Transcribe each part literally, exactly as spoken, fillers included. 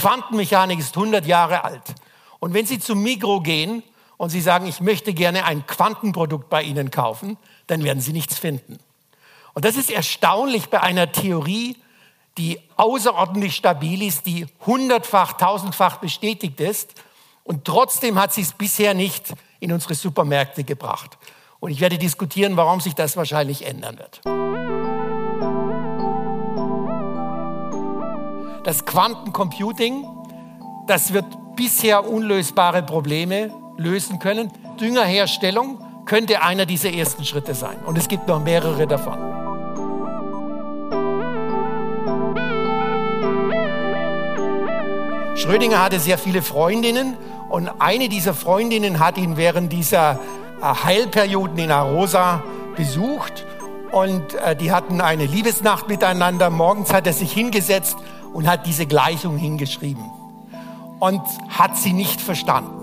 Quantenmechanik ist hundert Jahre alt. Und wenn Sie zum Migros gehen und Sie sagen, ich möchte gerne ein Quantenprodukt bei Ihnen kaufen, dann werden Sie nichts finden. Und das ist erstaunlich bei einer Theorie, die außerordentlich stabil ist, die hundertfach, tausendfach bestätigt ist. Und trotzdem hat sie es bisher nicht in unsere Supermärkte gebracht. Und ich werde diskutieren, warum sich das wahrscheinlich ändern wird. Das Quantencomputing, das wird bisher unlösbare Probleme lösen können. Düngerherstellung könnte einer dieser ersten Schritte sein. Und es gibt noch mehrere davon. Schrödinger hatte sehr viele Freundinnen und eine dieser Freundinnen hat ihn während dieser Heilperioden in Arosa besucht und die hatten eine Liebesnacht miteinander. Morgens hat er sich hingesetzt und hat diese Gleichung hingeschrieben und hat sie nicht verstanden.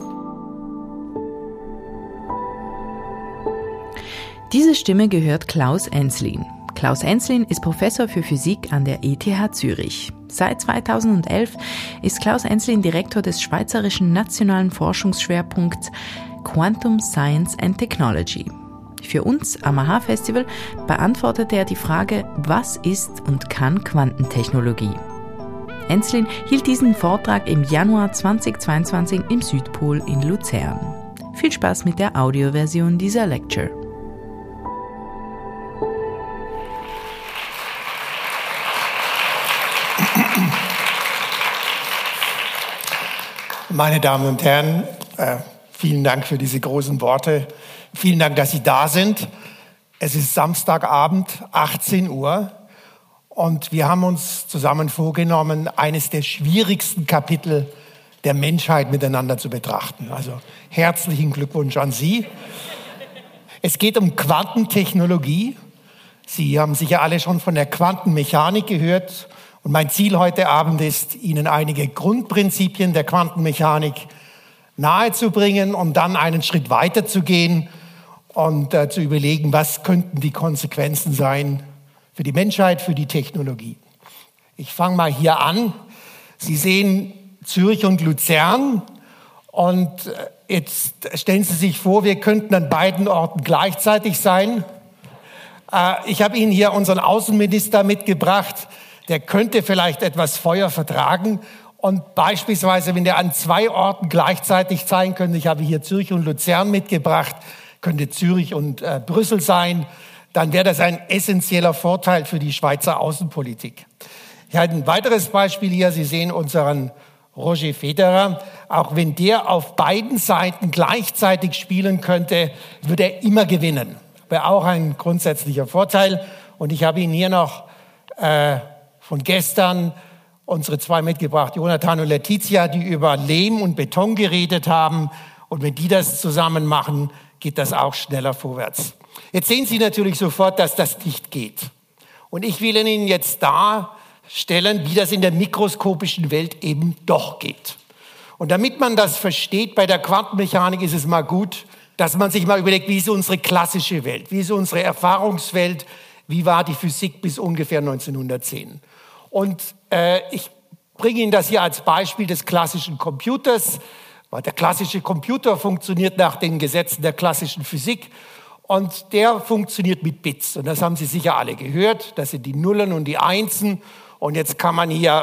Diese Stimme gehört Klaus Enslin. Klaus Enslin ist Professor für Physik an der E T H Zürich. Seit zweitausendelf ist Klaus Enslin Direktor des schweizerischen nationalen Forschungsschwerpunkts Quantum Science and Technology. Für uns am A H A Festival beantwortete er die Frage, was ist und kann Quantentechnologie? Enslin hielt diesen Vortrag im Januar zweitausendzweiundzwanzig im Südpol in Luzern. Viel Spaß mit der Audioversion dieser Lecture. Meine Damen und Herren, äh, vielen Dank für diese großen Worte. Vielen Dank, dass Sie da sind. Es ist Samstagabend, achtzehn Uhr. Und wir haben uns zusammen vorgenommen, eines der schwierigsten Kapitel der Menschheit miteinander zu betrachten. Also herzlichen Glückwunsch an Sie. Es geht um Quantentechnologie. Sie haben sicher alle schon von der Quantenmechanik gehört. Und mein Ziel heute Abend ist, Ihnen einige Grundprinzipien der Quantenmechanik nahezubringen, um dann einen Schritt weiter zu gehen und äh, zu überlegen, was könnten die Konsequenzen sein für die Menschheit, für die Technologie. Ich fange mal hier an. Sie sehen Zürich und Luzern und jetzt stellen Sie sich vor, wir könnten an beiden Orten gleichzeitig sein. Äh, ich habe Ihnen hier unseren Außenminister mitgebracht. Der könnte vielleicht etwas Feuer vertragen und beispielsweise, wenn der an zwei Orten gleichzeitig sein könnte, ich habe hier Zürich und Luzern mitgebracht, könnte Zürich und äh, Brüssel sein, dann wäre das ein essentieller Vorteil für die Schweizer Außenpolitik. Ich habe ein weiteres Beispiel hier. Sie sehen unseren Roger Federer. Auch wenn der auf beiden Seiten gleichzeitig spielen könnte, würde er immer gewinnen. Wäre auch ein grundsätzlicher Vorteil. Und ich habe Ihnen hier noch äh, von gestern unsere zwei mitgebracht, Jonathan und Letizia, die über Lehm und Beton geredet haben. Und wenn die das zusammen machen, geht das auch schneller vorwärts. Jetzt sehen Sie natürlich sofort, dass das nicht geht. Und ich will Ihnen jetzt darstellen, wie das in der mikroskopischen Welt eben doch geht. Und damit man das versteht, bei der Quantenmechanik ist es mal gut, dass man sich mal überlegt, wie ist unsere klassische Welt, wie ist unsere Erfahrungswelt, wie war die Physik bis ungefähr neunzehnhundertzehn. Und äh, ich bringe Ihnen das hier als Beispiel des klassischen Computers, weil der klassische Computer funktioniert nach den Gesetzen der klassischen Physik und der funktioniert mit Bits. Und das haben Sie sicher alle gehört, das sind die Nullen und die Einsen. Und jetzt kann man hier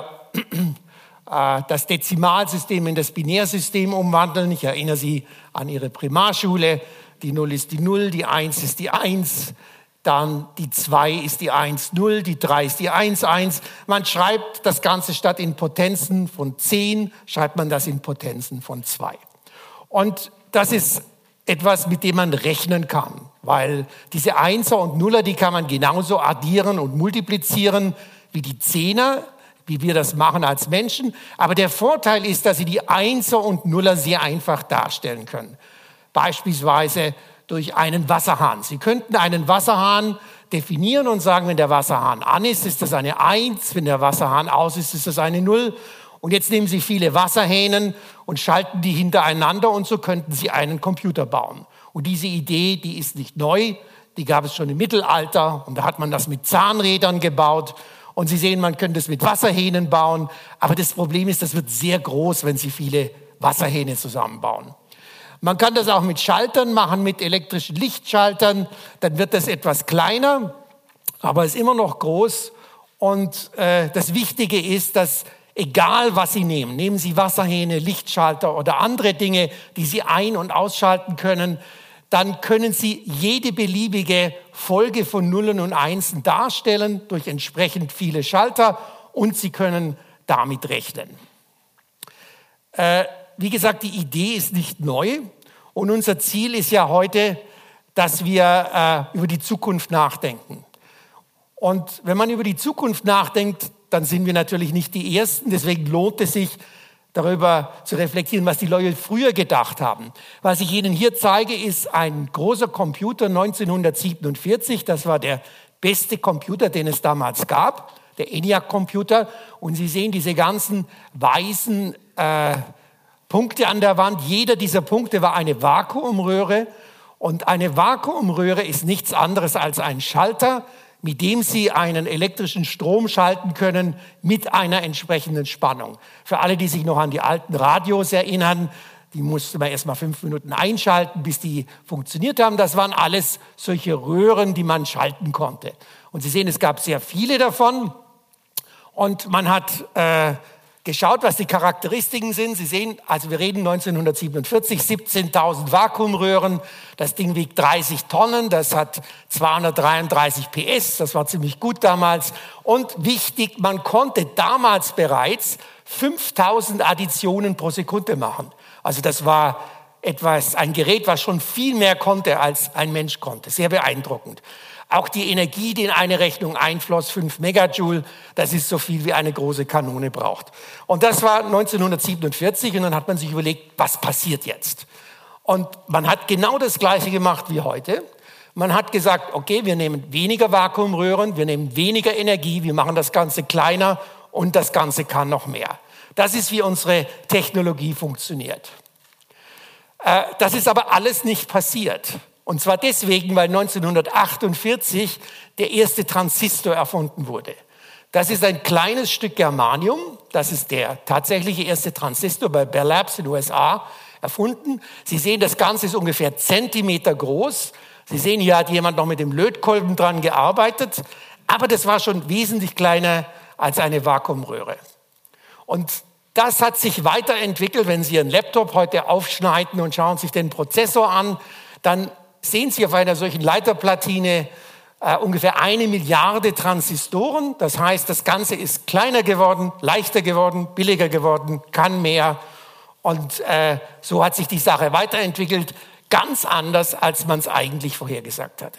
äh, das Dezimalsystem in das Binärsystem umwandeln. Ich erinnere Sie an Ihre Primarschule. Die Null ist die Null, die Eins ist die Eins. Dann die zwei ist die eins null, die drei ist die eins eins. Man schreibt das Ganze statt in Potenzen von zehn, schreibt man das in Potenzen von zwei. Und das ist etwas, mit dem man rechnen kann, weil diese Einser und Nuller, die kann man genauso addieren und multiplizieren wie die Zehner, wie wir das machen als Menschen. Aber der Vorteil ist, dass Sie die Einser und Nuller sehr einfach darstellen können. Beispielsweise durch einen Wasserhahn. Sie könnten einen Wasserhahn definieren und sagen, wenn der Wasserhahn an ist, ist das eine eins, wenn der Wasserhahn aus ist, ist das eine null. Und jetzt nehmen Sie viele Wasserhähnen und schalten die hintereinander und so könnten Sie einen Computer bauen. Und diese Idee, die ist nicht neu, die gab es schon im Mittelalter und da hat man das mit Zahnrädern gebaut Und Sie sehen, man könnte es mit Wasserhähnen bauen. Aber das Problem ist, das wird sehr groß, wenn Sie viele Wasserhähne zusammenbauen. Man kann das auch mit Schaltern machen, mit elektrischen Lichtschaltern. Dann wird das etwas kleiner, aber ist immer noch groß. Und äh, das Wichtige ist, dass egal was Sie nehmen, nehmen Sie Wasserhähne, Lichtschalter oder andere Dinge, die Sie ein- und ausschalten können, dann können Sie jede beliebige Folge von Nullen und Einsen darstellen durch entsprechend viele Schalter und Sie können damit rechnen. Äh, wie gesagt, die Idee ist nicht neu und unser Ziel ist ja heute, dass wir äh, über die Zukunft nachdenken. Und wenn man über die Zukunft nachdenkt, dann sind wir natürlich nicht die Ersten. Deswegen lohnt es sich, darüber zu reflektieren, was die Leute früher gedacht haben. Was ich Ihnen hier zeige, ist ein großer Computer neunzehnhundertsiebenundvierzig. Das war der beste Computer, den es damals gab, der ENIAC-Computer. Und Sie sehen diese ganzen weißen äh, Punkte an der Wand. Jeder dieser Punkte war eine Vakuumröhre. Und eine Vakuumröhre ist nichts anderes als ein Schalter, mit dem Sie einen elektrischen Strom schalten können mit einer entsprechenden Spannung. Für alle, die sich noch an die alten Radios erinnern, die musste man erst mal fünf Minuten einschalten, bis die funktioniert haben. Das waren alles solche Röhren, die man schalten konnte. Und Sie sehen, es gab sehr viele davon. Und man hat äh, geschaut, was die Charakteristiken sind. Sie sehen, also wir reden neunzehnhundertsiebenundvierzig, siebzehntausend Vakuumröhren. Das Ding wiegt dreißig Tonnen, das hat zweihundertdreiunddreißig P S, das war ziemlich gut damals. Und wichtig, man konnte damals bereits fünftausend Additionen pro Sekunde machen. Also das war etwas, ein Gerät, was schon viel mehr konnte, als ein Mensch konnte. Sehr beeindruckend. Auch die Energie, die in eine Rechnung einfloss, fünf Megajoule, das ist so viel, wie eine große Kanone braucht. Und das war neunzehnhundertsiebenundvierzig und dann hat man sich überlegt, was passiert jetzt? Und man hat genau das Gleiche gemacht wie heute. Man hat gesagt, okay, wir nehmen weniger Vakuumröhren, wir nehmen weniger Energie, wir machen das Ganze kleiner und das Ganze kann noch mehr. Das ist, wie unsere Technologie funktioniert. Äh, das ist aber alles nicht passiert. Und zwar deswegen, weil neunzehnhundertachtundvierzig der erste Transistor erfunden wurde. Das ist ein kleines Stück Germanium. Das ist der tatsächliche erste Transistor bei Bell Labs in den U S A erfunden. Sie sehen, das Ganze ist ungefähr Zentimeter groß. Sie sehen, hier hat jemand noch mit dem Lötkolben dran gearbeitet. Aber das war schon wesentlich kleiner als eine Vakuumröhre. Und das hat sich weiterentwickelt. Wenn Sie Ihren Laptop heute aufschneiden und schauen sich den Prozessor an, dann sehen Sie auf einer solchen Leiterplatine äh, ungefähr eine Milliarde Transistoren. Das heißt, das Ganze ist kleiner geworden, leichter geworden, billiger geworden, kann mehr. Und äh, so hat sich die Sache weiterentwickelt, ganz anders, als man es eigentlich vorhergesagt hatte.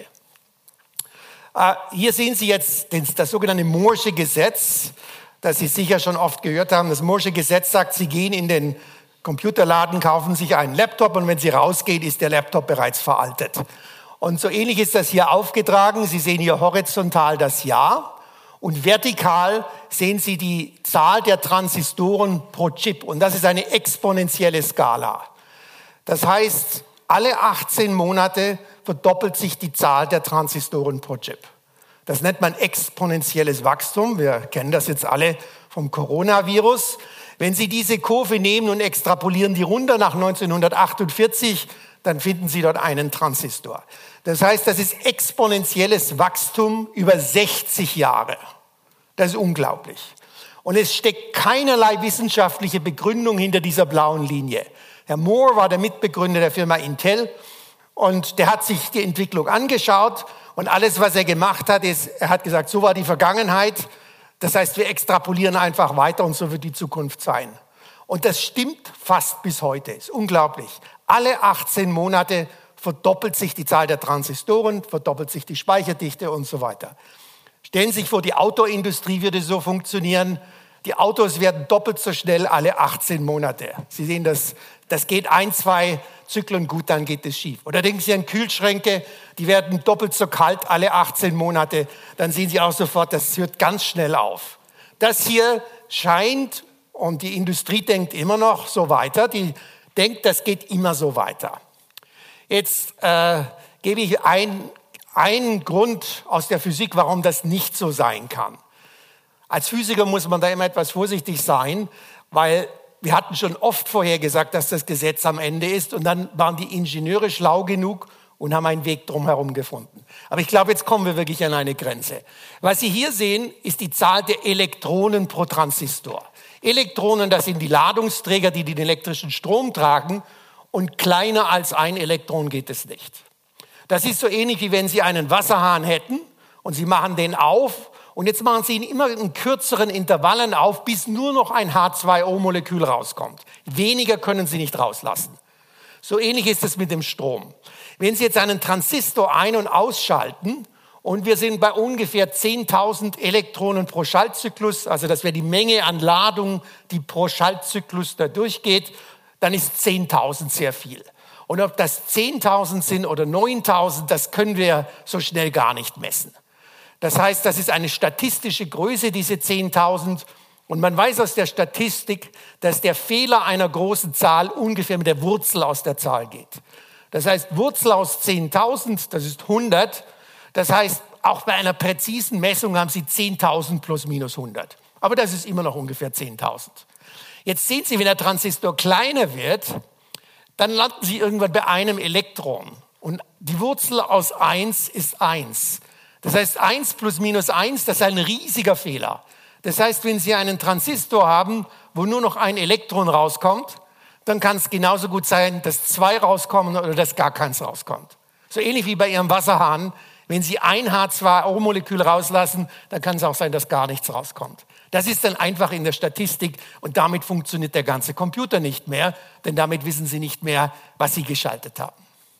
Äh, hier sehen Sie jetzt den, das sogenannte Moore'sche Gesetz, das Sie sicher schon oft gehört haben. Das Moore'sche Gesetz sagt, Sie gehen in den Computerladen, kaufen sich einen Laptop und wenn Sie rausgehen, ist der Laptop bereits veraltet. Und so ähnlich ist das hier aufgetragen. Sie sehen hier horizontal das Jahr und vertikal sehen Sie die Zahl der Transistoren pro Chip. Und das ist eine exponentielle Skala. Das heißt, alle achtzehn Monate verdoppelt sich die Zahl der Transistoren pro Chip. Das nennt man exponentielles Wachstum. Wir kennen das jetzt alle vom Coronavirus. Wenn Sie diese Kurve nehmen und extrapolieren die runter nach neunzehnhundertachtundvierzig, dann finden Sie dort einen Transistor. Das heißt, das ist exponentielles Wachstum über sechzig Jahre. Das ist unglaublich. Und es steckt keinerlei wissenschaftliche Begründung hinter dieser blauen Linie. Herr Moore war der Mitbegründer der Firma Intel und der hat sich die Entwicklung angeschaut und alles, was er gemacht hat, ist, er hat gesagt, so war die Vergangenheit. Das heißt, wir extrapolieren einfach weiter und so wird die Zukunft sein. Und das stimmt fast bis heute. Ist unglaublich. Alle achtzehn Monate verdoppelt sich die Zahl der Transistoren, verdoppelt sich die Speicherdichte und so weiter. Stellen Sie sich vor, die Autoindustrie würde so funktionieren. Die Autos werden doppelt so schnell alle achtzehn Monate. Sie sehen, das, das geht ein, zwei Zyklen gut, dann geht es schief. Oder denken Sie an Kühlschränke, die werden doppelt so kalt alle achtzehn Monate. Dann sehen Sie auch sofort, das hört ganz schnell auf. Das hier scheint, und die Industrie denkt immer noch so weiter, die denkt, das geht immer so weiter. Jetzt äh, gebe ich ein, einen Grund aus der Physik, warum das nicht so sein kann. Als Physiker muss man da immer etwas vorsichtig sein, weil wir hatten schon oft vorher gesagt, dass das Gesetz am Ende ist und dann waren die Ingenieure schlau genug und haben einen Weg drumherum gefunden. Aber ich glaube, jetzt kommen wir wirklich an eine Grenze. Was Sie hier sehen, ist die Zahl der Elektronen pro Transistor. Elektronen, das sind die Ladungsträger, die den elektrischen Strom tragen und kleiner als ein Elektron geht es nicht. Das ist so ähnlich, wie wenn Sie einen Wasserhahn hätten und Sie machen den auf und jetzt machen Sie ihn immer in kürzeren Intervallen auf, bis nur noch ein H zwei O Molekül rauskommt. Weniger können Sie nicht rauslassen. So ähnlich ist es mit dem Strom. Wenn Sie jetzt einen Transistor ein- und ausschalten und wir sind bei ungefähr zehntausend Elektronen pro Schaltzyklus, also das wäre die Menge an Ladung, die pro Schaltzyklus da durchgeht, dann ist zehntausend sehr viel. Und ob das zehntausend sind oder neuntausend, das können wir so schnell gar nicht messen. Das heißt, das ist eine statistische Größe, diese zehntausend. Und man weiß aus der Statistik, dass der Fehler einer großen Zahl ungefähr mit der Wurzel aus der Zahl geht. Das heißt, Wurzel aus zehntausend, das ist hundert. Das heißt, auch bei einer präzisen Messung haben Sie zehntausend plus minus hundert. Aber das ist immer noch ungefähr zehntausend. Jetzt sehen Sie, wenn der Transistor kleiner wird, dann landen Sie irgendwann bei einem Elektron. Und die Wurzel aus eins ist eins. Das heißt, eins plus minus eins, das ist ein riesiger Fehler. Das heißt, wenn Sie einen Transistor haben, wo nur noch ein Elektron rauskommt, dann kann es genauso gut sein, dass zwei rauskommen oder dass gar keins rauskommt. So ähnlich wie bei Ihrem Wasserhahn. Wenn Sie ein H zwei O Molekül rauslassen, dann kann es auch sein, dass gar nichts rauskommt. Das ist dann einfach in der Statistik und damit funktioniert der ganze Computer nicht mehr, denn damit wissen Sie nicht mehr, was Sie geschaltet haben.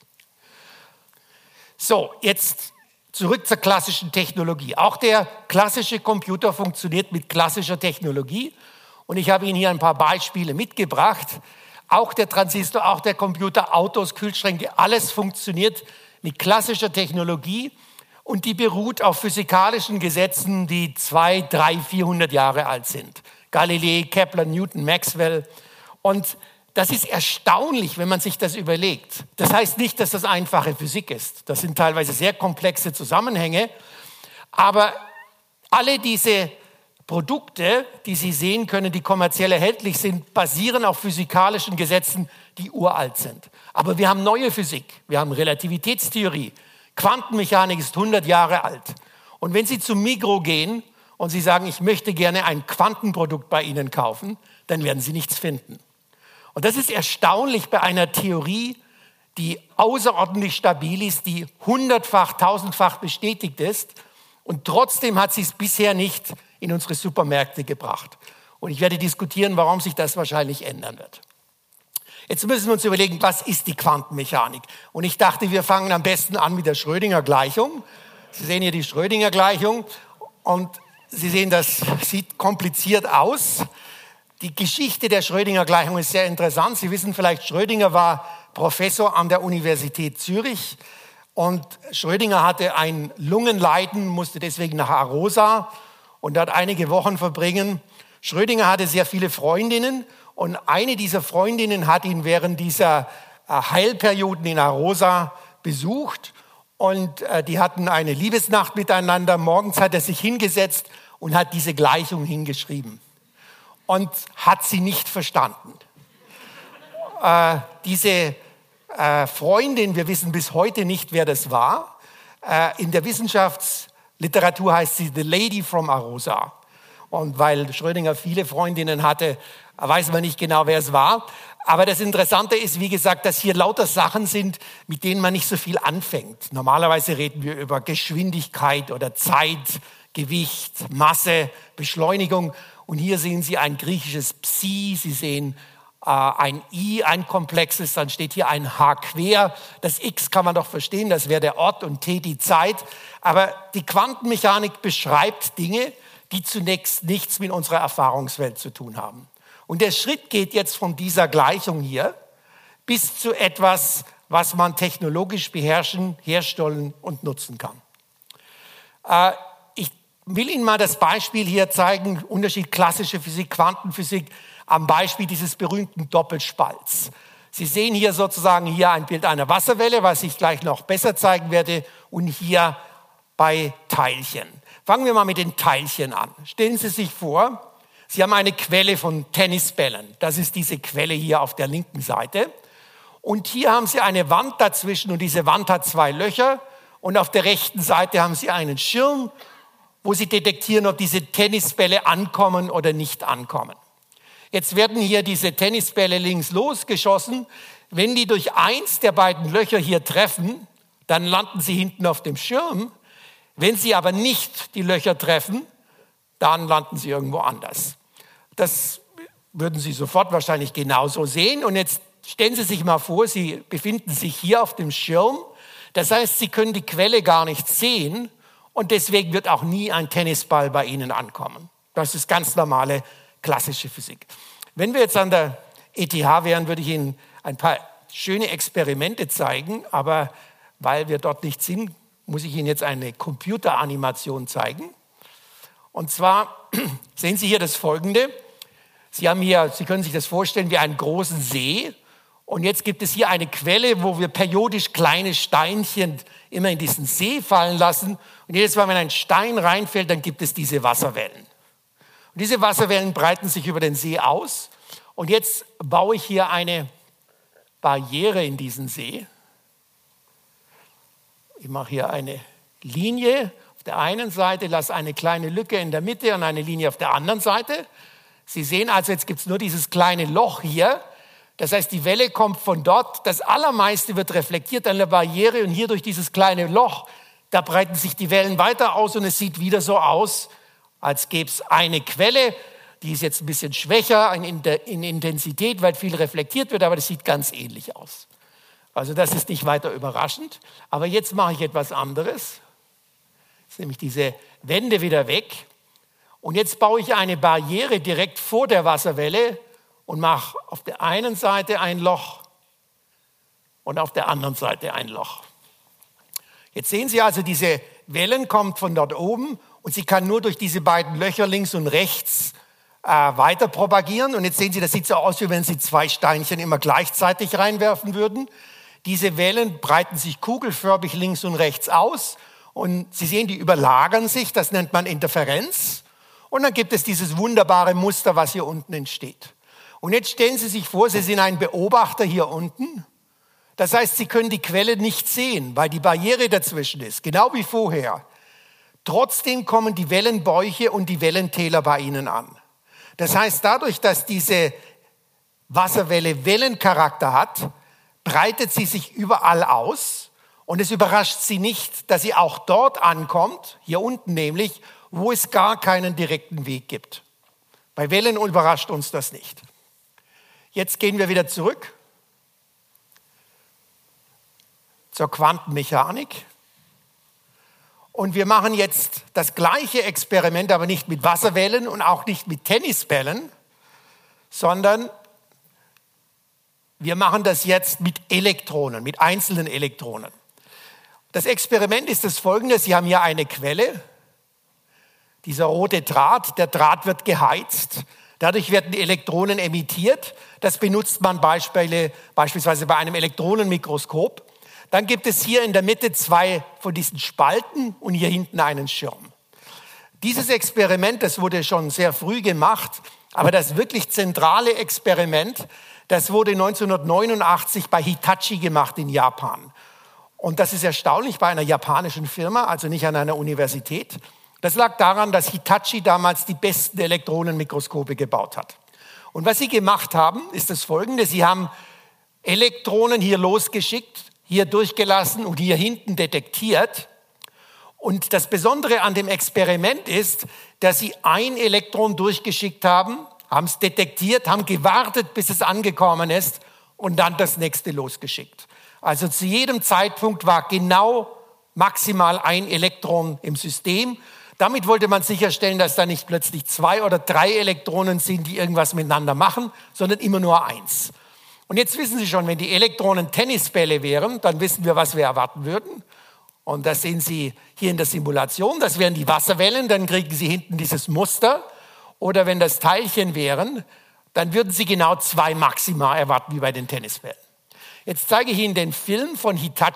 So, jetzt zurück zur klassischen Technologie. Auch der klassische Computer funktioniert mit klassischer Technologie und ich habe Ihnen hier ein paar Beispiele mitgebracht. Auch der Transistor, auch der Computer, Autos, Kühlschränke, alles funktioniert mit klassischer Technologie und die beruht auf physikalischen Gesetzen, die zweihundert, dreihundert, vierhundert Jahre alt sind. Galilei, Kepler, Newton, Maxwell. Und das ist erstaunlich, wenn man sich das überlegt. Das heißt nicht, dass das einfache Physik ist. Das sind teilweise sehr komplexe Zusammenhänge. Aber alle diese Produkte, die Sie sehen können, die kommerziell erhältlich sind, basieren auf physikalischen Gesetzen, die uralt sind. Aber wir haben neue Physik, wir haben Relativitätstheorie. Quantenmechanik ist hundert Jahre alt. Und wenn Sie zum Migros gehen und Sie sagen, ich möchte gerne ein Quantenprodukt bei Ihnen kaufen, dann werden Sie nichts finden. Und das ist erstaunlich bei einer Theorie, die außerordentlich stabil ist, die hundertfach, tausendfach bestätigt ist. Und trotzdem hat sie es bisher nicht in unsere Supermärkte gebracht. Und ich werde diskutieren, warum sich das wahrscheinlich ändern wird. Jetzt müssen wir uns überlegen, was ist die Quantenmechanik? Und ich dachte, wir fangen am besten an mit der Schrödinger-Gleichung. Sie sehen hier die Schrödinger-Gleichung und Sie sehen, das sieht kompliziert aus. Die Geschichte der Schrödinger-Gleichung ist sehr interessant. Sie wissen vielleicht, Schrödinger war Professor an der Universität Zürich und Schrödinger hatte ein Lungenleiden, musste deswegen nach Arosa und dort einige Wochen verbringen. Schrödinger hatte sehr viele Freundinnen und eine dieser Freundinnen hat ihn während dieser Heilperioden in Arosa besucht und die hatten eine Liebesnacht miteinander. Morgens hat er sich hingesetzt und hat diese Gleichung hingeschrieben und hat sie nicht verstanden. Äh, diese äh, Freundin, wir wissen bis heute nicht, wer das war. Äh, in der Wissenschaftsliteratur heißt sie The Lady from Arosa. Und weil Schrödinger viele Freundinnen hatte, weiß man nicht genau, wer es war. Aber das Interessante ist, wie gesagt, dass hier lauter Sachen sind, mit denen man nicht so viel anfängt. Normalerweise reden wir über Geschwindigkeit oder Zeit, Gewicht, Masse, Beschleunigung. Und hier sehen Sie ein griechisches Psi, Sie sehen äh, ein I, ein komplexes, dann steht hier ein H quer. Das X kann man doch verstehen, das wäre der Ort und T die Zeit. Aber die Quantenmechanik beschreibt Dinge, die zunächst nichts mit unserer Erfahrungswelt zu tun haben. Und der Schritt geht jetzt von dieser Gleichung hier bis zu etwas, was man technologisch beherrschen, herstellen und nutzen kann. Äh, ich will Ihnen mal das Beispiel hier zeigen, Unterschied klassische Physik, Quantenphysik, am Beispiel dieses berühmten Doppelspalts. Sie sehen hier sozusagen hier ein Bild einer Wasserwelle, was ich gleich noch besser zeigen werde, und hier bei Teilchen. Fangen wir mal mit den Teilchen an. Stellen Sie sich vor, Sie haben eine Quelle von Tennisbällen. Das ist diese Quelle hier auf der linken Seite. Und hier haben Sie eine Wand dazwischen und diese Wand hat zwei Löcher. Und auf der rechten Seite haben Sie einen Schirm, wo Sie detektieren, ob diese Tennisbälle ankommen oder nicht ankommen. Jetzt werden hier diese Tennisbälle links losgeschossen. Wenn die durch eins der beiden Löcher hier treffen, dann landen sie hinten auf dem Schirm. Wenn sie aber nicht die Löcher treffen, dann landen sie irgendwo anders. Das würden Sie sofort wahrscheinlich genauso sehen. Und jetzt stellen Sie sich mal vor, Sie befinden sich hier auf dem Schirm. Das heißt, Sie können die Quelle gar nicht sehen und deswegen wird auch nie ein Tennisball bei Ihnen ankommen. Das ist ganz normale klassische Physik. Wenn wir jetzt an der E T H wären, würde ich Ihnen ein paar schöne Experimente zeigen, aber weil wir dort nicht sind, muss ich Ihnen jetzt eine Computeranimation zeigen. Und zwar sehen Sie hier das Folgende. Sie haben hier, Sie können sich das vorstellen wie einen großen See. Und jetzt gibt es hier eine Quelle, wo wir periodisch kleine Steinchen immer in diesen See fallen lassen. Und jedes Mal, wenn ein Stein reinfällt, dann gibt es diese Wasserwellen. Und diese Wasserwellen breiten sich über den See aus. Und jetzt baue ich hier eine Barriere in diesen See. Ich mache hier eine Linie auf der einen Seite, lasse eine kleine Lücke in der Mitte und eine Linie auf der anderen Seite. Sie sehen also, jetzt gibt es nur dieses kleine Loch hier. Das heißt, die Welle kommt von dort. Das Allermeiste wird reflektiert an der Barriere und hier durch dieses kleine Loch, da breiten sich die Wellen weiter aus und es sieht wieder so aus, als gäbe es eine Quelle. Die ist jetzt ein bisschen schwächer in Intensität, weil viel reflektiert wird, aber das sieht ganz ähnlich aus. Also das ist nicht weiter überraschend. Aber jetzt mache ich etwas anderes. Jetzt nehme ich diese Wände wieder weg. Und jetzt baue ich eine Barriere direkt vor der Wasserwelle und mache auf der einen Seite ein Loch und auf der anderen Seite ein Loch. Jetzt sehen Sie also, diese Wellen kommt von dort oben und sie kann nur durch diese beiden Löcher links und rechts äh, weiter propagieren. Und jetzt sehen Sie, das sieht so aus, wie wenn Sie zwei Steinchen immer gleichzeitig reinwerfen würden. Diese Wellen breiten sich kugelförmig links und rechts aus und Sie sehen, die überlagern sich, das nennt man Interferenz. Und dann gibt es dieses wunderbare Muster, was hier unten entsteht. Und jetzt stellen Sie sich vor, Sie sind ein Beobachter hier unten. Das heißt, Sie können die Quelle nicht sehen, weil die Barriere dazwischen ist, genau wie vorher. Trotzdem kommen die Wellenbäuche und die Wellentäler bei Ihnen an. Das heißt, dadurch, dass diese Wasserwelle Wellencharakter hat, breitet sie sich überall aus und es überrascht Sie nicht, dass sie auch dort ankommt, hier unten nämlich, wo es gar keinen direkten Weg gibt. Bei Wellen überrascht uns das nicht. Jetzt gehen wir wieder zurück zur Quantenmechanik. Und wir machen jetzt das gleiche Experiment, aber nicht mit Wasserwellen und auch nicht mit Tennisbällen, sondern wir machen das jetzt mit Elektronen, mit einzelnen Elektronen. Das Experiment ist das folgende. Sie haben hier eine Quelle, dieser rote Draht, der Draht wird geheizt. Dadurch werden die Elektronen emittiert. Das benutzt man Beispiele, beispielsweise bei einem Elektronenmikroskop. Dann gibt es hier in der Mitte zwei von diesen Spalten und hier hinten einen Schirm. Dieses Experiment, das wurde schon sehr früh gemacht, aber das wirklich zentrale Experiment, das wurde neunzehnhundertneunundachtzig bei Hitachi gemacht in Japan. Und das ist erstaunlich bei einer japanischen Firma, also nicht an einer Universität. Das lag daran, dass Hitachi damals die besten Elektronenmikroskope gebaut hat. Und was sie gemacht haben, ist das Folgende. Sie haben Elektronen hier losgeschickt, hier durchgelassen und hier hinten detektiert. Und das Besondere an dem Experiment ist, dass sie ein Elektron durchgeschickt haben, haben es detektiert, haben gewartet, bis es angekommen ist und dann das nächste losgeschickt. Also zu jedem Zeitpunkt war genau maximal ein Elektron im System. Damit wollte man sicherstellen, dass da nicht plötzlich zwei oder drei Elektronen sind, die irgendwas miteinander machen, sondern immer nur eins. Und jetzt wissen Sie schon, wenn die Elektronen Tennisbälle wären, dann wissen wir, was wir erwarten würden. Und das sehen Sie hier in der Simulation. Das wären die Wasserwellen, dann kriegen Sie hinten dieses Muster. Oder wenn das Teilchen wären, dann würden Sie genau zwei Maxima erwarten, wie bei den Tennisbällen. Jetzt zeige ich Ihnen den Film von Hitachi.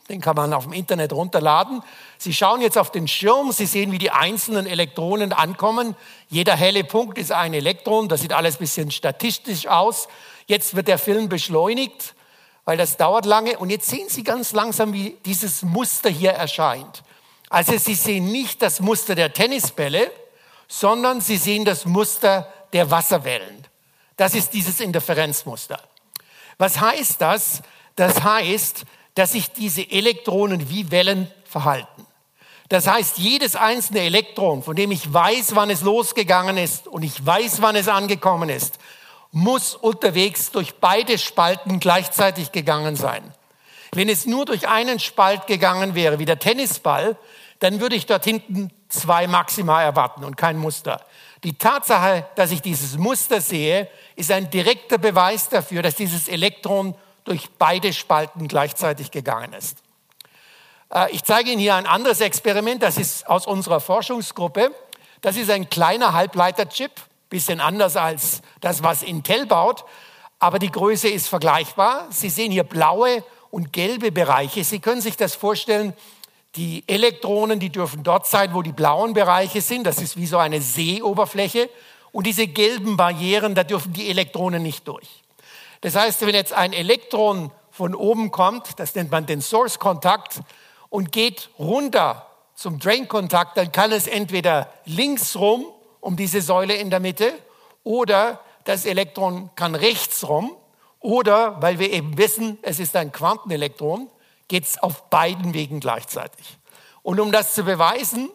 Den kann man auf dem Internet runterladen. Sie schauen jetzt auf den Schirm. Sie sehen, wie die einzelnen Elektronen ankommen. Jeder helle Punkt ist ein Elektron. Das sieht alles ein bisschen statistisch aus. Jetzt wird der Film beschleunigt, weil das dauert lange. Und jetzt sehen Sie ganz langsam, wie dieses Muster hier erscheint. Also Sie sehen nicht das Muster der Tennisbälle, sondern Sie sehen das Muster der Wasserwellen. Das ist dieses Interferenzmuster. Was heißt das? Das heißt, dass sich diese Elektronen wie Wellen verhalten. Das heißt, jedes einzelne Elektron, von dem ich weiß, wann es losgegangen ist und ich weiß, wann es angekommen ist, muss unterwegs durch beide Spalten gleichzeitig gegangen sein. Wenn es nur durch einen Spalt gegangen wäre, wie der Tennisball, dann würde ich dort hinten zwei Maxima erwarten und kein Muster. Die Tatsache, dass ich dieses Muster sehe, ist ein direkter Beweis dafür, dass dieses Elektron durch beide Spalten gleichzeitig gegangen ist. Ich zeige Ihnen hier ein anderes Experiment, das ist aus unserer Forschungsgruppe. Das ist ein kleiner Halbleiterchip, bisschen anders als das, was Intel baut, aber die Größe ist vergleichbar. Sie sehen hier blaue und gelbe Bereiche. Sie können sich das vorstellen, die Elektronen, die dürfen dort sein, wo die blauen Bereiche sind. Das ist wie so eine Seeoberfläche. Und diese gelben Barrieren, da dürfen die Elektronen nicht durch. Das heißt, wenn jetzt ein Elektron von oben kommt, das nennt man den Source-Kontakt, und geht runter zum Drain-Kontakt, dann kann es entweder links rum, um diese Säule in der Mitte, oder das Elektron kann rechts rum, oder, weil wir eben wissen, es ist ein Quantenelektron, geht es auf beiden Wegen gleichzeitig. Und um das zu beweisen,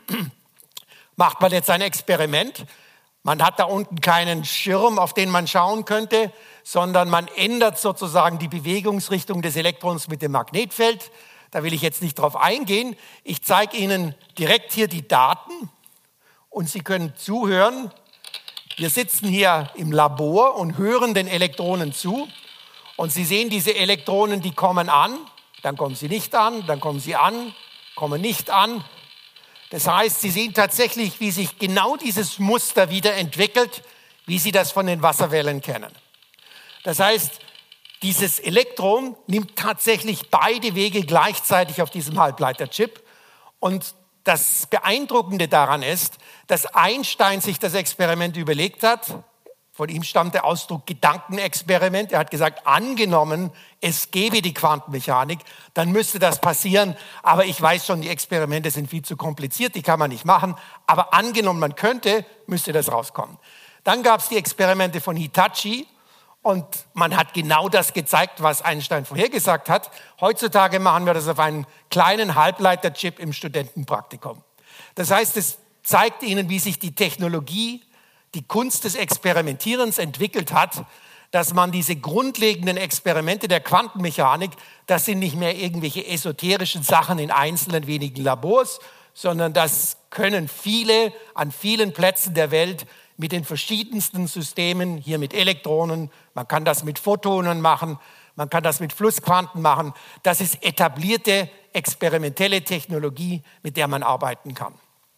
macht man jetzt ein Experiment. Man hat da unten keinen Schirm, auf den man schauen könnte, sondern man ändert sozusagen die Bewegungsrichtung des Elektrons mit dem Magnetfeld. Da will ich jetzt nicht drauf eingehen. Ich zeige Ihnen direkt hier die Daten und Sie können zuhören. Wir sitzen hier im Labor und hören den Elektronen zu. Und Sie sehen diese Elektronen, die kommen an, dann kommen sie nicht an, dann kommen sie an, kommen nicht an. Das heißt, Sie sehen tatsächlich, wie sich genau dieses Muster wieder entwickelt, wie Sie das von den Wasserwellen kennen. Das heißt, dieses Elektron nimmt tatsächlich beide Wege gleichzeitig auf diesem Halbleiterchip. Und das Beeindruckende daran ist, dass Einstein sich das Experiment überlegt hat. Von ihm stammt der Ausdruck Gedankenexperiment. Er hat gesagt, angenommen, es gäbe die Quantenmechanik, dann müsste das passieren. Aber ich weiß schon, die Experimente sind viel zu kompliziert, die kann man nicht machen. Aber angenommen, man könnte, müsste das rauskommen. Dann gab es die Experimente von Hitachi und man hat genau das gezeigt, was Einstein vorhergesagt hat. Heutzutage machen wir das auf einen kleinen Halbleiterchip im Studentenpraktikum. Das heißt, es zeigt Ihnen, wie sich die Technologie, die Kunst des Experimentierens entwickelt hat, dass man diese grundlegenden Experimente der Quantenmechanik, das sind nicht mehr irgendwelche esoterischen Sachen in einzelnen wenigen Labors, sondern das können viele an vielen Plätzen der Welt mit den verschiedensten Systemen, hier mit Elektronen, man kann das mit Photonen machen, man kann das mit Flussquanten machen. Das ist etablierte experimentelle Technologie, mit der man arbeiten kann.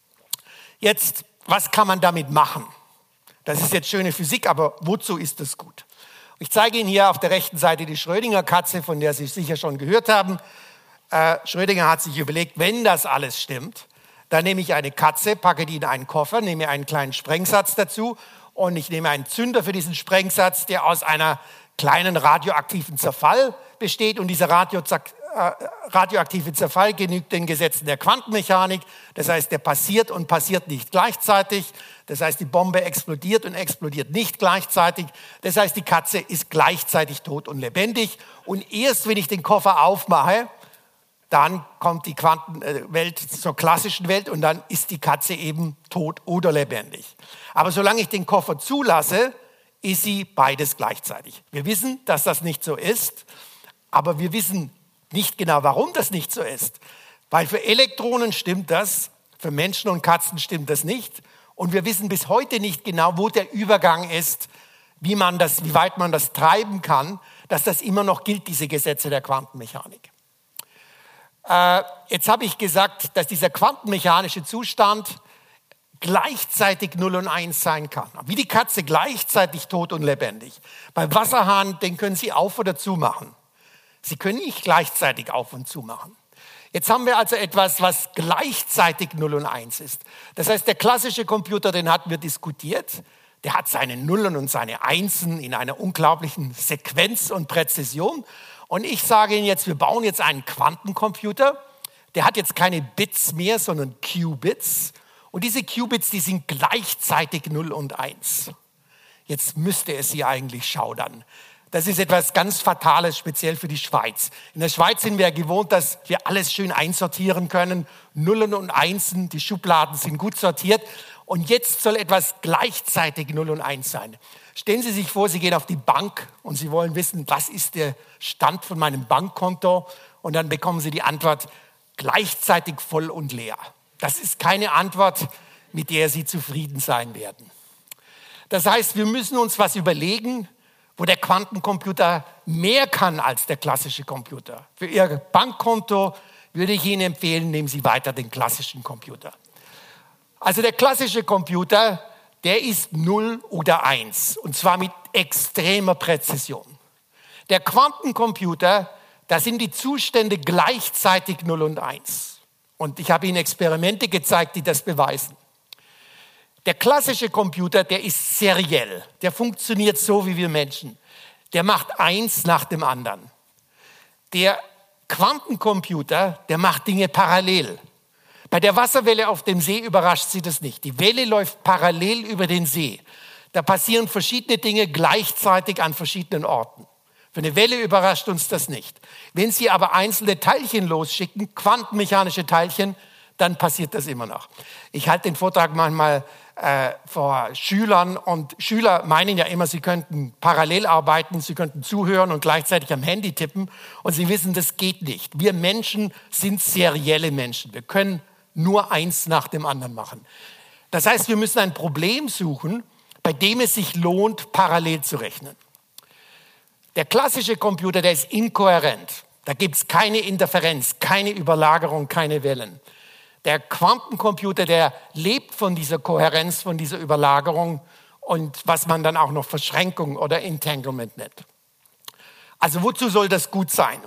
Jetzt, was kann man damit machen? Das ist jetzt schöne Physik, aber wozu ist das gut? Ich zeige Ihnen hier auf der rechten Seite die Schrödinger-Katze, von der Sie sicher schon gehört haben. Äh, Schrödinger hat sich überlegt, wenn das alles stimmt, dann nehme ich eine Katze, packe die in einen Koffer, nehme einen kleinen Sprengsatz dazu und ich nehme einen Zünder für diesen Sprengsatz, der aus einer kleinen radioaktiven Zerfall besteht. Und dieser Radio- äh, radioaktive Zerfall genügt den Gesetzen der Quantenmechanik. Das heißt, der passiert und passiert nicht gleichzeitig. Das heißt, die Bombe explodiert und explodiert nicht gleichzeitig. Das heißt, die Katze ist gleichzeitig tot und lebendig. Und erst wenn ich den Koffer aufmache, dann kommt die Quantenwelt zur klassischen Welt und dann ist die Katze eben tot oder lebendig. Aber solange ich den Koffer zulasse, ist sie beides gleichzeitig. Wir wissen, dass das nicht so ist, aber wir wissen nicht genau, warum das nicht so ist. Weil für Elektronen stimmt das, für Menschen und Katzen stimmt das nicht. Und wir wissen bis heute nicht genau, wo der Übergang ist, wie man das, wie weit man das treiben kann, dass das immer noch gilt, diese Gesetze der Quantenmechanik. Äh, jetzt habe ich gesagt, dass dieser quantenmechanische Zustand gleichzeitig null und eins sein kann. Wie die Katze gleichzeitig tot und lebendig. Beim Wasserhahn, den können Sie auf oder zu machen. Sie können nicht gleichzeitig auf und zu machen. Jetzt haben wir also etwas, was gleichzeitig null und eins ist. Das heißt, der klassische Computer, den hatten wir diskutiert, der hat seine Nullen und seine Einsen in einer unglaublichen Sequenz und Präzision. Und ich sage Ihnen jetzt, wir bauen jetzt einen Quantencomputer, der hat jetzt keine Bits mehr, sondern Qubits. Und diese Qubits, die sind gleichzeitig null und eins. Jetzt müsste es Sie eigentlich schaudern. Das ist etwas ganz Fatales, speziell für die Schweiz. In der Schweiz sind wir ja gewohnt, dass wir alles schön einsortieren können. Nullen und Einsen, die Schubladen sind gut sortiert. Und jetzt soll etwas gleichzeitig null und eins sein. Stellen Sie sich vor, Sie gehen auf die Bank und Sie wollen wissen, was ist der Stand von meinem Bankkonto? Und dann bekommen Sie die Antwort, gleichzeitig voll und leer. Das ist keine Antwort, mit der Sie zufrieden sein werden. Das heißt, wir müssen uns was überlegen, wo der Quantencomputer mehr kann als der klassische Computer. Für Ihr Bankkonto würde ich Ihnen empfehlen, nehmen Sie weiter den klassischen Computer. Also der klassische Computer, der ist null oder eins und zwar mit extremer Präzision. Der Quantencomputer, da sind die Zustände gleichzeitig null und eins. Und ich habe Ihnen Experimente gezeigt, die das beweisen. Der klassische Computer, der ist seriell. Der funktioniert so wie wir Menschen. Der macht eins nach dem anderen. Der Quantencomputer, der macht Dinge parallel. Bei der Wasserwelle auf dem See überrascht Sie das nicht. Die Welle läuft parallel über den See. Da passieren verschiedene Dinge gleichzeitig an verschiedenen Orten. Für eine Welle überrascht uns das nicht. Wenn Sie aber einzelne Teilchen losschicken, quantenmechanische Teilchen, dann passiert das immer noch. Ich halte den Vortrag manchmal äh, vor Schülern und Schüler meinen ja immer, sie könnten parallel arbeiten, sie könnten zuhören und gleichzeitig am Handy tippen und sie wissen, das geht nicht. Wir Menschen sind serielle Menschen. Wir können nur eins nach dem anderen machen. Das heißt, wir müssen ein Problem suchen, bei dem es sich lohnt, parallel zu rechnen. Der klassische Computer, der ist inkohärent. Da gibt es keine Interferenz, keine Überlagerung, keine Wellen. Der Quantencomputer, der lebt von dieser Kohärenz, von dieser Überlagerung und was man dann auch noch Verschränkung oder Entanglement nennt. Also wozu soll das gut sein?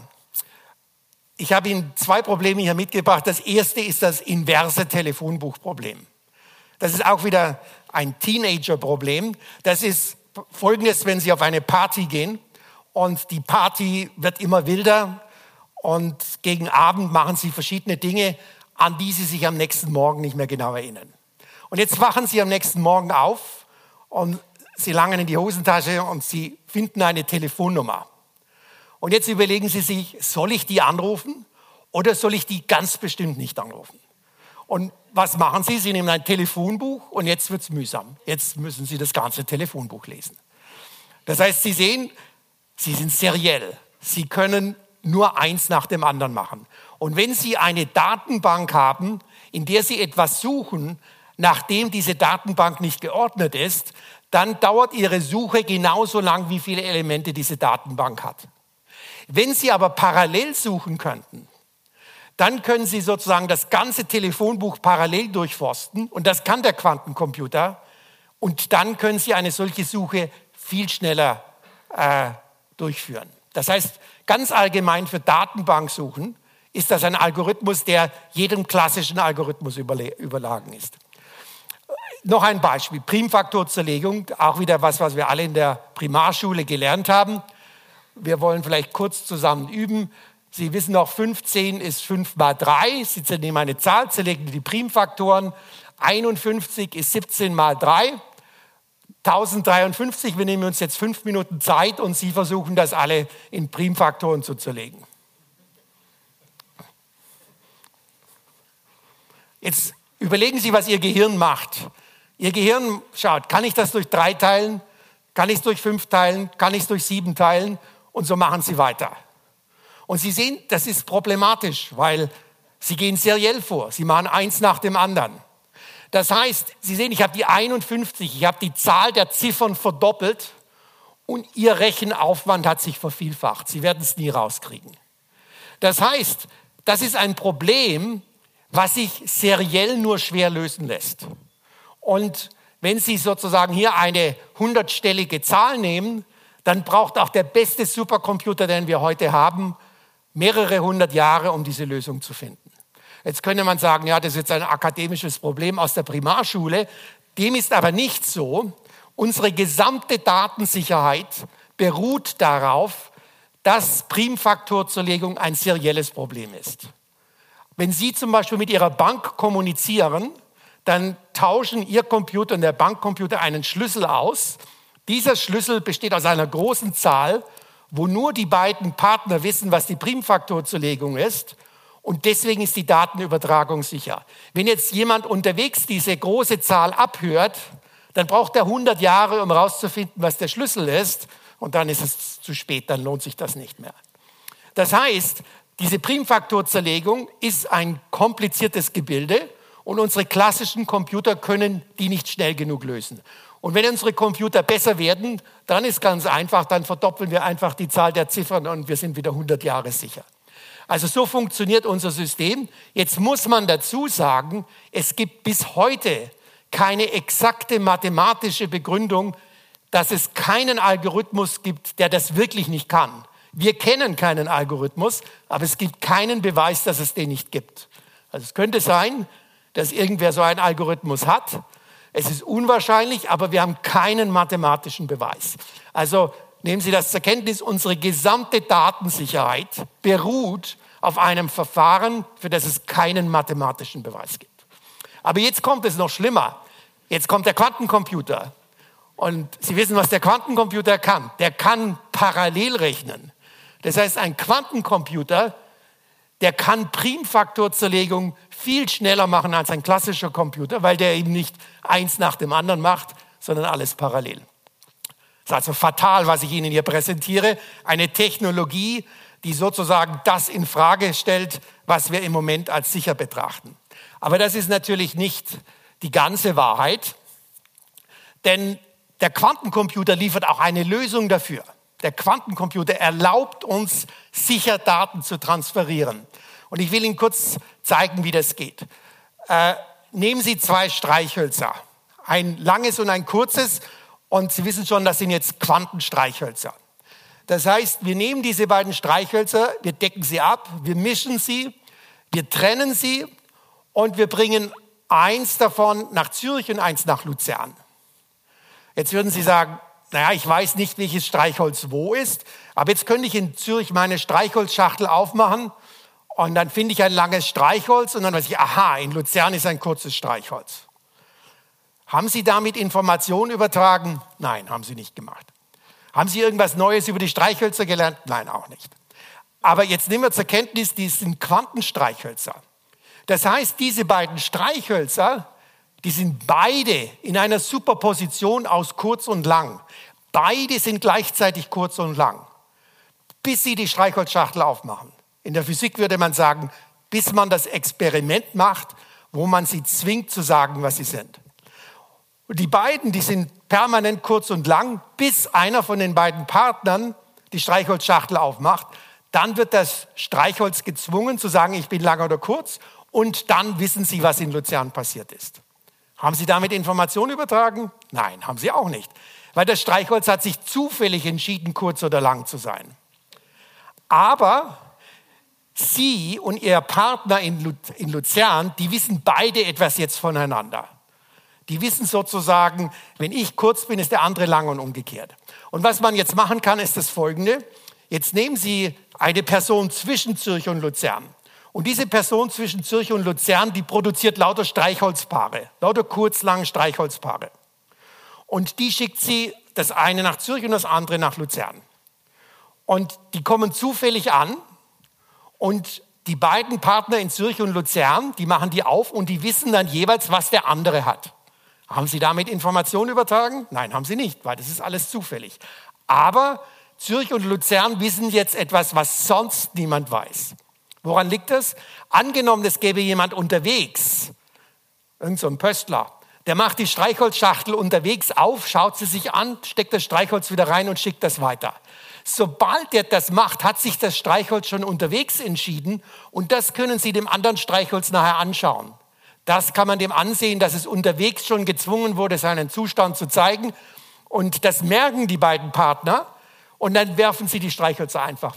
Ich habe Ihnen zwei Probleme hier mitgebracht. Das erste ist das inverse Telefonbuchproblem. Das ist auch wieder ein Teenager-Problem. Das ist Folgendes, wenn Sie auf eine Party gehen und die Party wird immer wilder und gegen Abend machen Sie verschiedene Dinge, an die Sie sich am nächsten Morgen nicht mehr genau erinnern. Und jetzt wachen Sie am nächsten Morgen auf und Sie langen in die Hosentasche und Sie finden eine Telefonnummer. Und jetzt überlegen Sie sich, soll ich die anrufen oder soll ich die ganz bestimmt nicht anrufen? Und was machen Sie? Sie nehmen ein Telefonbuch und jetzt wird es mühsam. Jetzt müssen Sie das ganze Telefonbuch lesen. Das heißt, Sie sehen, Sie sind seriell. Sie können nur eins nach dem anderen machen. Und wenn Sie eine Datenbank haben, in der Sie etwas suchen, nachdem diese Datenbank nicht geordnet ist, dann dauert Ihre Suche genauso lang, wie viele Elemente diese Datenbank hat. Wenn Sie aber parallel suchen könnten, dann können Sie sozusagen das ganze Telefonbuch parallel durchforsten und das kann der Quantencomputer und dann können Sie eine solche Suche viel schneller äh, durchführen. Das heißt, ganz allgemein für Datenbanksuchen ist das ein Algorithmus, der jedem klassischen Algorithmus überlagen ist. Noch ein Beispiel, Primfaktorzerlegung, auch wieder was, was wir alle in der Primarschule gelernt haben. Wir wollen vielleicht kurz zusammen üben. Sie wissen noch, fünfzehn ist fünf mal drei. Sie nehmen eine Zahl, zerlegen die Primfaktoren. einundfünfzig ist siebzehn mal drei. tausenddreiundfünfzig, wir nehmen uns jetzt fünf Minuten Zeit und Sie versuchen das alle in Primfaktoren zu zerlegen. Jetzt überlegen Sie, was Ihr Gehirn macht. Ihr Gehirn schaut, kann ich das durch drei teilen? Kann ich es durch fünf teilen? Kann ich es durch sieben teilen? Und so machen Sie weiter. Und Sie sehen, das ist problematisch, weil Sie gehen seriell vor. Sie machen eins nach dem anderen. Das heißt, Sie sehen, ich habe die einundfünfzig, ich habe die Zahl der Ziffern verdoppelt und Ihr Rechenaufwand hat sich vervielfacht. Sie werden es nie rauskriegen. Das heißt, das ist ein Problem, was sich seriell nur schwer lösen lässt. Und wenn Sie sozusagen hier eine hundertstellige Zahl nehmen, dann braucht auch der beste Supercomputer, den wir heute haben, mehrere hundert Jahre, um diese Lösung zu finden. Jetzt könnte man sagen, ja, das ist jetzt ein akademisches Problem aus der Primarschule. Dem ist aber nicht so. Unsere gesamte Datensicherheit beruht darauf, dass Primfaktorzerlegung ein serielles Problem ist. Wenn Sie zum Beispiel mit Ihrer Bank kommunizieren, dann tauschen Ihr Computer und der Bankcomputer einen Schlüssel aus. Dieser Schlüssel besteht aus einer großen Zahl, wo nur die beiden Partner wissen, was die Primfaktorzerlegung ist. Und deswegen ist die Datenübertragung sicher. Wenn jetzt jemand unterwegs diese große Zahl abhört, dann braucht er hundert Jahre, um herauszufinden, was der Schlüssel ist. Und dann ist es zu spät, dann lohnt sich das nicht mehr. Das heißt, diese Primfaktorzerlegung ist ein kompliziertes Gebilde und unsere klassischen Computer können die nicht schnell genug lösen. Und wenn unsere Computer besser werden, dann ist ganz einfach, dann verdoppeln wir einfach die Zahl der Ziffern und wir sind wieder hundert Jahre sicher. Also so funktioniert unser System. Jetzt muss man dazu sagen, es gibt bis heute keine exakte mathematische Begründung, dass es keinen Algorithmus gibt, der das wirklich nicht kann. Wir kennen keinen Algorithmus, aber es gibt keinen Beweis, dass es den nicht gibt. Also es könnte sein, dass irgendwer so einen Algorithmus hat. Es ist unwahrscheinlich, aber wir haben keinen mathematischen Beweis. Also nehmen Sie das zur Kenntnis, unsere gesamte Datensicherheit beruht auf einem Verfahren, für das es keinen mathematischen Beweis gibt. Aber jetzt kommt es noch schlimmer. Jetzt kommt der Quantencomputer. Und Sie wissen, was der Quantencomputer kann. Der kann parallel rechnen. Das heißt, ein Quantencomputer, der kann Primfaktorzerlegung viel schneller machen als ein klassischer Computer, weil der eben nicht eins nach dem anderen macht, sondern alles parallel. Das ist also fatal, was ich Ihnen hier präsentiere. Eine Technologie, die sozusagen das in Frage stellt, was wir im Moment als sicher betrachten. Aber das ist natürlich nicht die ganze Wahrheit, denn der Quantencomputer liefert auch eine Lösung dafür. Der Quantencomputer erlaubt uns, sicher Daten zu transferieren. Und ich will Ihnen kurz zeigen, wie das geht. Äh, nehmen Sie zwei Streichhölzer, ein langes und ein kurzes, und Sie wissen schon, das sind jetzt Quantenstreichhölzer. Das heißt, wir nehmen diese beiden Streichhölzer, wir decken sie ab, wir mischen sie, wir trennen sie und wir bringen eins davon nach Zürich und eins nach Luzern. Jetzt würden Sie sagen, naja, ich weiß nicht, welches Streichholz wo ist, aber jetzt könnte ich in Zürich meine Streichholzschachtel aufmachen und dann finde ich ein langes Streichholz und dann weiß ich, aha, in Luzern ist ein kurzes Streichholz. Haben Sie damit Informationen übertragen? Nein, haben Sie nicht gemacht. Haben Sie irgendwas Neues über die Streichhölzer gelernt? Nein, auch nicht. Aber jetzt nehmen wir zur Kenntnis, die sind Quantenstreichhölzer. Das heißt, diese beiden Streichhölzer, die sind beide in einer Superposition aus kurz und lang. Beide sind gleichzeitig kurz und lang, bis Sie die Streichholzschachtel aufmachen. In der Physik würde man sagen, bis man das Experiment macht, wo man sie zwingt zu sagen, was sie sind. Und die beiden, die sind permanent kurz und lang, bis einer von den beiden Partnern die Streichholzschachtel aufmacht. Dann wird das Streichholz gezwungen zu sagen, ich bin lang oder kurz. Und dann wissen Sie, was in Luzern passiert ist. Haben Sie damit Informationen übertragen? Nein, haben Sie auch nicht. Weil das Streichholz hat sich zufällig entschieden, kurz oder lang zu sein. Aber Sie und Ihr Partner in Luzern, die wissen beide etwas jetzt voneinander. Die wissen sozusagen, wenn ich kurz bin, ist der andere lang und umgekehrt. Und was man jetzt machen kann, ist das Folgende. Jetzt nehmen Sie eine Person zwischen Zürich und Luzern. Und diese Person zwischen Zürich und Luzern, die produziert lauter Streichholzpaare, lauter kurz-lang Streichholzpaare. Und die schickt sie, das eine nach Zürich und das andere nach Luzern. Und die kommen zufällig an und die beiden Partner in Zürich und Luzern, die machen die auf und die wissen dann jeweils, was der andere hat. Haben Sie damit Informationen übertragen? Nein, haben Sie nicht, weil das ist alles zufällig. Aber Zürich und Luzern wissen jetzt etwas, was sonst niemand weiß. Woran liegt das? Angenommen, es gäbe jemand unterwegs, irgend so ein Pöstler, der macht die Streichholzschachtel unterwegs auf, schaut sie sich an, steckt das Streichholz wieder rein und schickt das weiter. Sobald er das macht, hat sich das Streichholz schon unterwegs entschieden und das können Sie dem anderen Streichholz nachher anschauen. Das kann man dem ansehen, dass es unterwegs schon gezwungen wurde, seinen Zustand zu zeigen und das merken die beiden Partner und dann werfen sie die Streichhölzer einfach weg.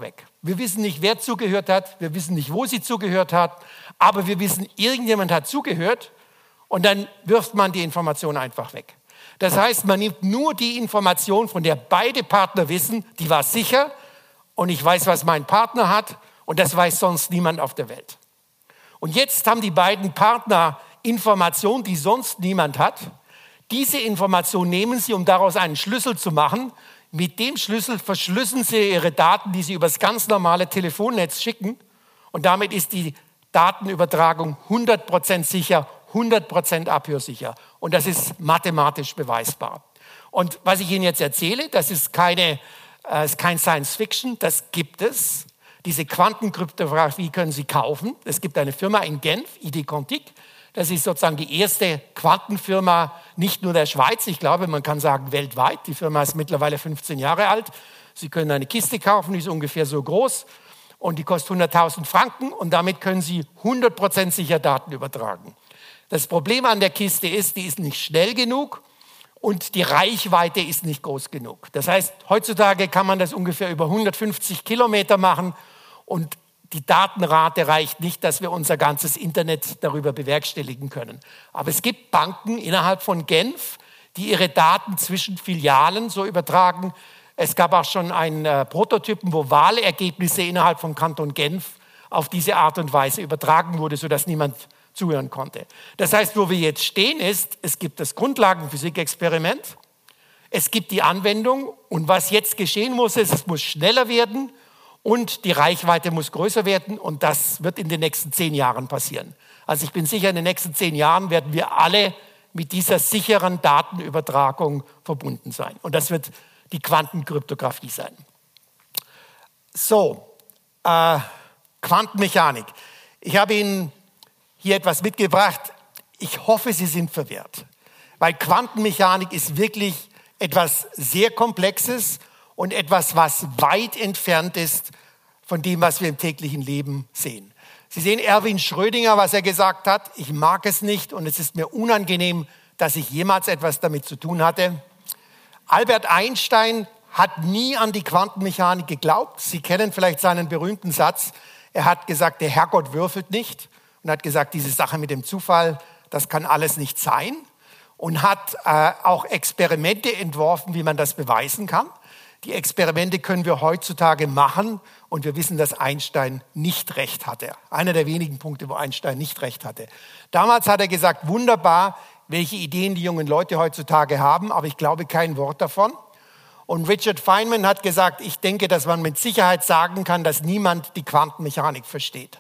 Wir wissen nicht, wer zugehört hat. Wir wissen nicht, wo sie zugehört hat. Aber wir wissen, irgendjemand hat zugehört. Und dann wirft man die Information einfach weg. Das heißt, man nimmt nur die Information, von der beide Partner wissen, die war sicher. Und ich weiß, was mein Partner hat. Und das weiß sonst niemand auf der Welt. Und jetzt haben die beiden Partner Informationen, die sonst niemand hat. Diese Information nehmen sie, um daraus einen Schlüssel zu machen. Mit dem Schlüssel verschlüsseln sie ihre Daten, die sie über das ganz normale Telefonnetz schicken. Und damit ist die Datenübertragung hundert Prozent sicher, hundert Prozent abhörsicher. Und das ist mathematisch beweisbar. Und was ich Ihnen jetzt erzähle, das ist, keine, äh, ist kein Science Fiction, das gibt es. Diese Quantenkryptographie können Sie kaufen. Es gibt eine Firma in Genf, I D Quantique. Das ist sozusagen die erste Quantenfirma, nicht nur der Schweiz, ich glaube, man kann sagen weltweit. Die Firma ist mittlerweile fünfzehn Jahre alt. Sie können eine Kiste kaufen, die ist ungefähr so groß und die kostet hunderttausend Franken und damit können Sie hundert Prozent sicher Daten übertragen. Das Problem an der Kiste ist, die ist nicht schnell genug und die Reichweite ist nicht groß genug. Das heißt, heutzutage kann man das ungefähr über hundertfünfzig Kilometer machen und die Datenrate reicht nicht, dass wir unser ganzes Internet darüber bewerkstelligen können. Aber es gibt Banken innerhalb von Genf, die ihre Daten zwischen Filialen so übertragen. Es gab auch schon einen äh, Prototypen, wo Wahlergebnisse innerhalb vom Kanton Genf auf diese Art und Weise übertragen wurde, sodass niemand zuhören konnte. Das heißt, wo wir jetzt stehen ist, es gibt das Grundlagenphysik-Experiment, es gibt die Anwendung und was jetzt geschehen muss, ist, es muss schneller werden. Und die Reichweite muss größer werden und das wird in den nächsten zehn Jahren passieren. Also ich bin sicher, in den nächsten zehn Jahren werden wir alle mit dieser sicheren Datenübertragung verbunden sein. Und das wird die Quantenkryptographie sein. So, äh, Quantenmechanik. Ich habe Ihnen hier etwas mitgebracht. Ich hoffe, Sie sind verwirrt. Weil Quantenmechanik ist wirklich etwas sehr Komplexes und etwas, was weit entfernt ist von dem, was wir im täglichen Leben sehen. Sie sehen Erwin Schrödinger, was er gesagt hat. Ich mag es nicht und es ist mir unangenehm, dass ich jemals etwas damit zu tun hatte. Albert Einstein hat nie an die Quantenmechanik geglaubt. Sie kennen vielleicht seinen berühmten Satz. Er hat gesagt, der Herrgott würfelt nicht. Und hat gesagt, diese Sache mit dem Zufall, das kann alles nicht sein. Und hat äh, auch Experimente entworfen, wie man das beweisen kann. Die Experimente können wir heutzutage machen und wir wissen, dass Einstein nicht recht hatte. Einer der wenigen Punkte, wo Einstein nicht recht hatte. Damals hat er gesagt, wunderbar, welche Ideen die jungen Leute heutzutage haben, aber ich glaube kein Wort davon. Und Richard Feynman hat gesagt, ich denke, dass man mit Sicherheit sagen kann, dass niemand die Quantenmechanik versteht.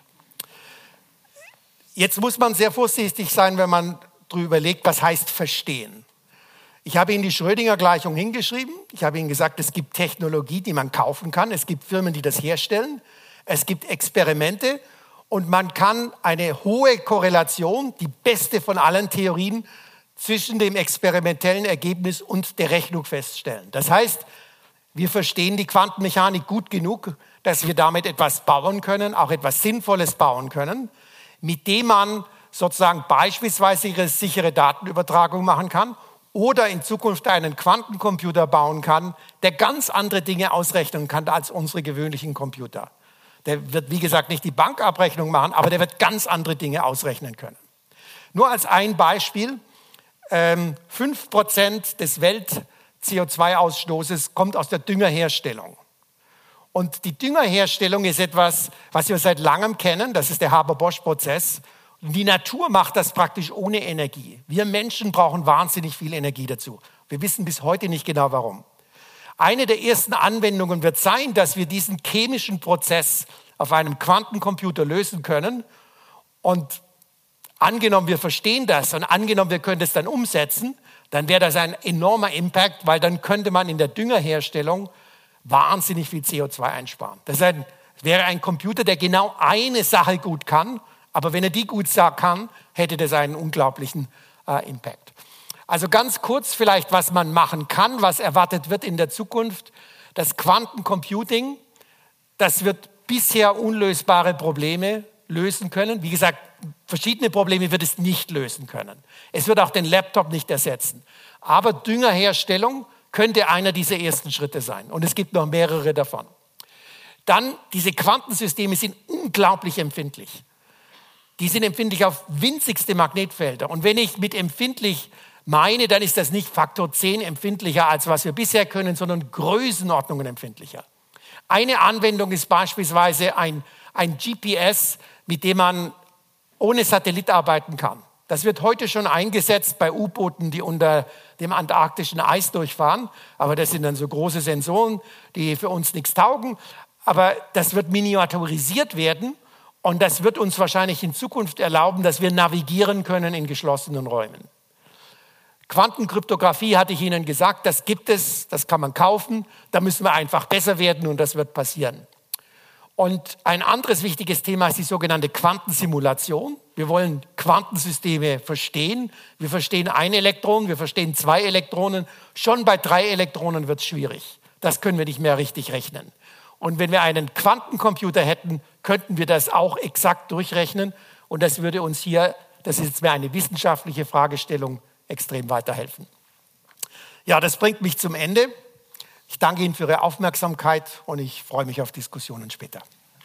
Jetzt muss man sehr vorsichtig sein, wenn man darüber überlegt, was heißt verstehen. Ich habe Ihnen die Schrödinger-Gleichung hingeschrieben. Ich habe Ihnen gesagt, es gibt Technologie, die man kaufen kann. Es gibt Firmen, die das herstellen. Es gibt Experimente. Und man kann eine hohe Korrelation, die beste von allen Theorien, zwischen dem experimentellen Ergebnis und der Rechnung feststellen. Das heißt, wir verstehen die Quantenmechanik gut genug, dass wir damit etwas bauen können, auch etwas Sinnvolles bauen können, mit dem man sozusagen beispielsweise ihre sichere Datenübertragung machen kann oder in Zukunft einen Quantencomputer bauen kann, der ganz andere Dinge ausrechnen kann als unsere gewöhnlichen Computer. Der wird, wie gesagt, nicht die Bankabrechnung machen, aber der wird ganz andere Dinge ausrechnen können. Nur als ein Beispiel, ähm, fünf Prozent des Welt-C O zwei Ausstoßes kommt aus der Düngerherstellung. Und die Düngerherstellung ist etwas, was wir seit langem kennen, das ist der Haber-Bosch-Prozess. Die Natur macht das praktisch ohne Energie. Wir Menschen brauchen wahnsinnig viel Energie dazu. Wir wissen bis heute nicht genau, warum. Eine der ersten Anwendungen wird sein, dass wir diesen chemischen Prozess auf einem Quantencomputer lösen können. Und angenommen, wir verstehen das und angenommen, wir können das dann umsetzen, dann wäre das ein enormer Impact, weil dann könnte man in der Düngerherstellung wahnsinnig viel C O zwei einsparen. Das wäre ein Computer, der genau eine Sache gut kann, aber wenn er die gut kann, hätte das einen unglaublichen äh, Impact. Also ganz kurz vielleicht, was man machen kann, was erwartet wird in der Zukunft. Das Quantencomputing, das wird bisher unlösbare Probleme lösen können. Wie gesagt, verschiedene Probleme wird es nicht lösen können. Es wird auch den Laptop nicht ersetzen. Aber Düngerherstellung könnte einer dieser ersten Schritte sein. Und es gibt noch mehrere davon. Dann, diese Quantensysteme sind unglaublich empfindlich. Die sind empfindlich auf winzigste Magnetfelder. Und wenn ich mit empfindlich meine, dann ist das nicht Faktor zehn empfindlicher, als was wir bisher können, sondern Größenordnungen empfindlicher. Eine Anwendung ist beispielsweise ein, ein G P S, mit dem man ohne Satellit arbeiten kann. Das wird heute schon eingesetzt bei U-Booten, die unter dem antarktischen Eis durchfahren. Aber das sind dann so große Sensoren, die für uns nichts taugen. Aber das wird miniaturisiert werden und das wird uns wahrscheinlich in Zukunft erlauben, dass wir navigieren können in geschlossenen Räumen. Quantenkryptographie hatte ich Ihnen gesagt, das gibt es, das kann man kaufen. Da müssen wir einfach besser werden und das wird passieren. Und ein anderes wichtiges Thema ist die sogenannte Quantensimulation. Wir wollen Quantensysteme verstehen. Wir verstehen ein Elektron, wir verstehen zwei Elektronen. Schon bei drei Elektronen wird es schwierig. Das können wir nicht mehr richtig rechnen. Und wenn wir einen Quantencomputer hätten, könnten wir das auch exakt durchrechnen. Und das würde uns hier, das ist jetzt mehr eine wissenschaftliche Fragestellung, extrem weiterhelfen. Ja, das bringt mich zum Ende. Ich danke Ihnen für Ihre Aufmerksamkeit und ich freue mich auf Diskussionen später.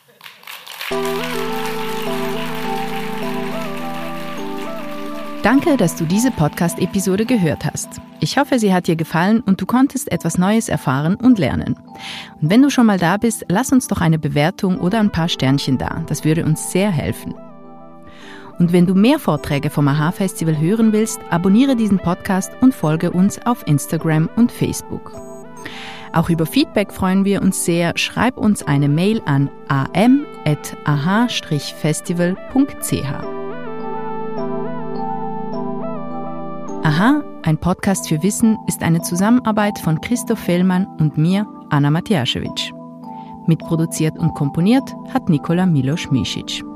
Danke, dass du diese Podcast-Episode gehört hast. Ich hoffe, sie hat dir gefallen und du konntest etwas Neues erfahren und lernen. Und wenn du schon mal da bist, lass uns doch eine Bewertung oder ein paar Sternchen da. Das würde uns sehr helfen. Und wenn du mehr Vorträge vom A H A Festival hören willst, abonniere diesen Podcast und folge uns auf Instagram und Facebook. Auch über Feedback freuen wir uns sehr. Schreib uns eine Mail an a m at a h festival punkt c h. Aha, ein Podcast für Wissen ist eine Zusammenarbeit von Christoph Fellmann und mir, Anna Matjaschewitsch. Mitproduziert und komponiert hat Nikola Milos-Misic.